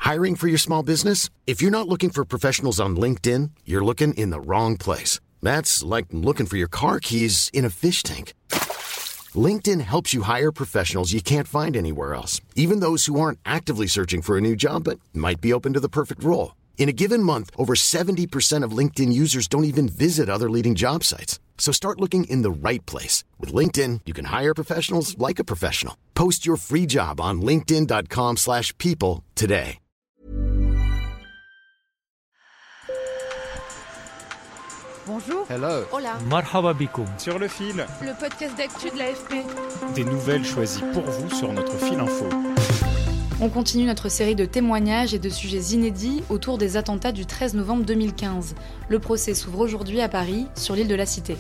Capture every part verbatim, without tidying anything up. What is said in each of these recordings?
Hiring for your small business? If you're not looking for professionals on LinkedIn, you're looking in the wrong place. That's like looking for your car keys in a fish tank. LinkedIn helps you hire professionals you can't find anywhere else, even those who aren't actively searching for a new job but might be open to the perfect role. In a given month, over seventy percent of LinkedIn users don't even visit other leading job sites. So start looking in the right place. With LinkedIn, you can hire professionals like a professional. Post your free job on linkedin.com slash people today. Bonjour. Hello. Hola. Marhaba bikoum. Sur le fil. Le podcast d'actu de l'A F P. Des nouvelles choisies pour vous sur notre fil info. On continue notre série de témoignages et de sujets inédits autour des attentats du treize novembre deux mille quinze. Le procès s'ouvre aujourd'hui à Paris, sur l'île de la Cité.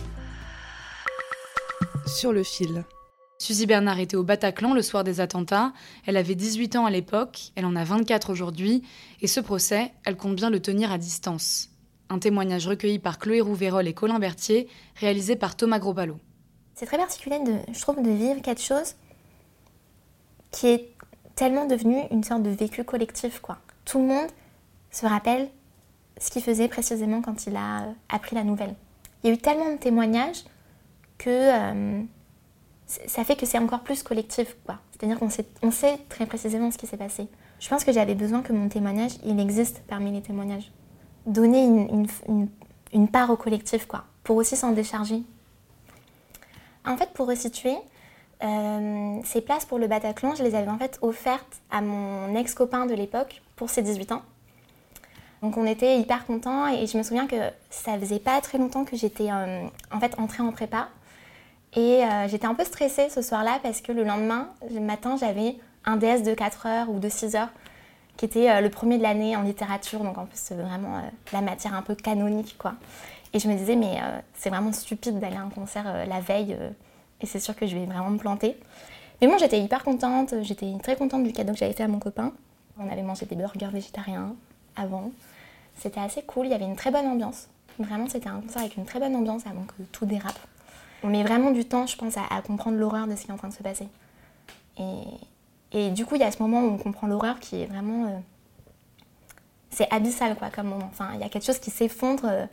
Sur le fil. Suzy Bernard était au Bataclan le soir des attentats. Elle avait dix-huit ans à l'époque, elle en a vingt-quatre aujourd'hui. Et ce procès, elle compte bien le tenir à distance. Un témoignage recueilli par Chloé Rouveyrol et Colin Berthier, réalisé par Thomas Gros-Palot. C'est très particulier, de, je trouve, de vivre quelque chose qui est tellement devenu une sorte de vécu collectif, quoi. Tout le monde se rappelle ce qu'il faisait précisément quand il a appris la nouvelle. Il y a eu tellement de témoignages que euh, ça fait que c'est encore plus collectif, quoi. C'est-à-dire qu'on sait, on sait très précisément ce qui s'est passé. Je pense que j'avais besoin que mon témoignage, il existe parmi les témoignages. Donner une, une, une, une part au collectif, quoi, pour aussi s'en décharger. En fait, pour resituer, euh, ces places pour le Bataclan, je les avais en fait offertes à mon ex-copain de l'époque pour ses dix-huit ans. Donc on était hyper contents et je me souviens que ça faisait pas très longtemps que j'étais euh, en fait entrée en prépa. Et euh, j'étais un peu stressée ce soir-là parce que le lendemain, le matin, j'avais un D S de quatre heures ou de six heures qui était euh, le premier de l'année en littérature, donc en plus c'est vraiment euh, la matière un peu canonique, quoi. Et je me disais, mais euh, c'est vraiment stupide d'aller à un concert euh, la veille, euh, et c'est sûr que je vais vraiment me planter. Mais bon, j'étais hyper contente, j'étais très contente du cadeau que j'avais fait à mon copain. On avait mangé des burgers végétariens avant. C'était assez cool, il y avait une très bonne ambiance. Vraiment, c'était un concert avec une très bonne ambiance avant que tout dérape. On met vraiment du temps, je pense, à, à comprendre l'horreur de ce qui est en train de se passer. Et... Et du coup, il y a ce moment où on comprend l'horreur qui est vraiment... Euh, c'est abyssal, quoi, comme moment. Enfin, il y a quelque chose qui s'effondre. Euh,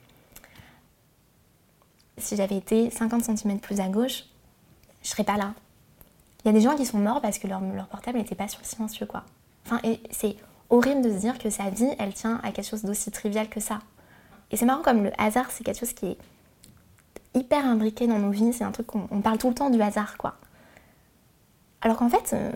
si j'avais été cinquante centimètres plus à gauche, je serais pas là. Il y a des gens qui sont morts parce que leur, leur portable n'était pas sur le silencieux, quoi. Enfin, et c'est horrible de se dire que sa vie, elle tient à quelque chose d'aussi trivial que ça. Et c'est marrant comme le hasard, c'est quelque chose qui est hyper imbriqué dans nos vies. C'est un truc qu'on on parle tout le temps du hasard, quoi. Alors qu'en fait, euh,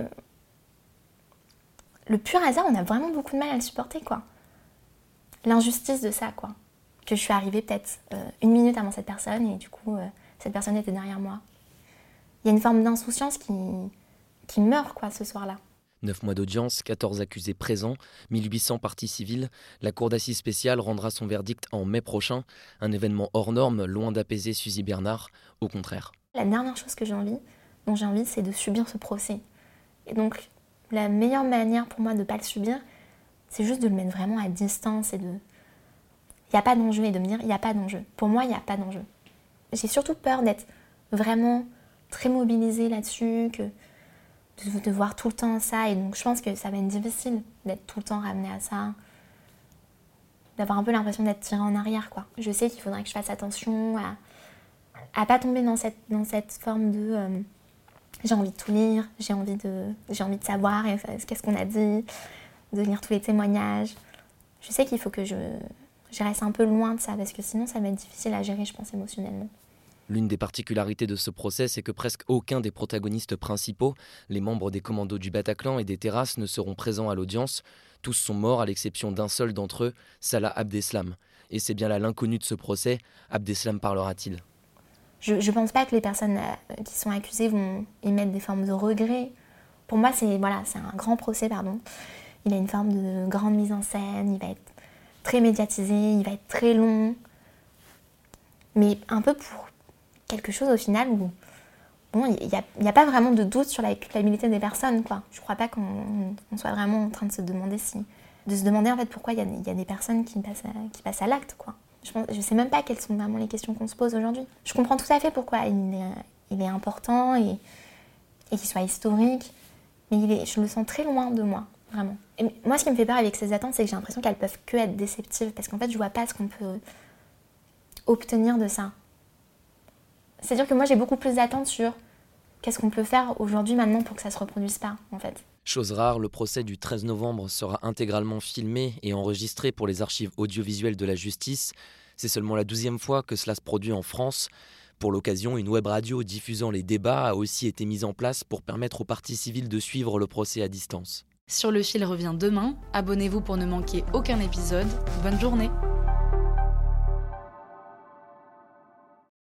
le pur hasard, on a vraiment beaucoup de mal à le supporter, quoi. L'injustice de ça, quoi. Que je suis arrivée peut-être euh, une minute avant cette personne et du coup, euh, cette personne était derrière moi. Il y a une forme d'insouciance qui, qui meurt, quoi, ce soir-là. Neuf mois d'audience, quatorze accusés présents, mille huit cents parties civiles. La cour d'assises spéciale rendra son verdict en mai prochain. Un événement hors norme, loin d'apaiser Suzy Bernard. Au contraire. La dernière chose que j'ai envie... dont j'ai envie, c'est de subir ce procès. Et donc, la meilleure manière pour moi de ne pas le subir, c'est juste de le mettre vraiment à distance et de... Il n'y a pas d'enjeu et de me dire, il n'y a pas d'enjeu. Pour moi, il n'y a pas d'enjeu. J'ai surtout peur d'être vraiment très mobilisée là-dessus, que de, de voir tout le temps ça. Et donc, je pense que ça va être difficile d'être tout le temps ramenée à ça. D'avoir un peu l'impression d'être tirée en arrière, quoi. Je sais qu'il faudrait que je fasse attention à à pas tomber dans cette, dans cette forme de... Euh, j'ai envie de tout lire, j'ai envie de, j'ai envie de savoir et, qu'est-ce qu'on a dit, de lire tous les témoignages. Je sais qu'il faut que je, je reste un peu loin de ça parce que sinon ça va être difficile à gérer, je pense, émotionnellement. L'une des particularités de ce procès, c'est que presque aucun des protagonistes principaux, les membres des commandos du Bataclan et des terrasses, ne seront présents à l'audience. Tous sont morts à l'exception d'un seul d'entre eux, Salah Abdeslam. Et c'est bien là l'inconnu de ce procès. Abdeslam parlera-t-il ? Je ne pense pas que les personnes euh, qui sont accusées vont émettre des formes de regret. Pour moi, c'est, voilà, c'est un grand procès, pardon. Il a une forme de grande mise en scène, il va être très médiatisé, il va être très long. Mais un peu pour quelque chose au final où bon, il n'y a, y a pas vraiment de doute sur la culpabilité des personnes, quoi. Je ne crois pas qu'on on soit vraiment en train de se demander si... de se demander en fait pourquoi il y, y a des personnes qui passent à, qui passent à l'acte, quoi. Je ne sais même pas quelles sont vraiment les questions qu'on se pose aujourd'hui. Je comprends tout à fait pourquoi il est, il est important et, et qu'il soit historique, mais il est, je le sens très loin de moi. Vraiment. Et moi, ce qui me fait peur avec ces attentes, c'est que j'ai l'impression qu'elles peuvent que être déceptives, parce qu'en fait, je vois pas ce qu'on peut obtenir de ça. C'est-à-dire que moi, j'ai beaucoup plus d'attentes sur qu'est-ce qu'on peut faire aujourd'hui, maintenant, pour que ça se reproduise pas, en fait. Chose rare, le procès du treize novembre sera intégralement filmé et enregistré pour les archives audiovisuelles de la justice. C'est seulement la douzième fois que cela se produit en France. Pour l'occasion, une web radio diffusant les débats a aussi été mise en place pour permettre aux parties civiles de suivre le procès à distance. Sur le fil revient demain. Abonnez-vous pour ne manquer aucun épisode. Bonne journée.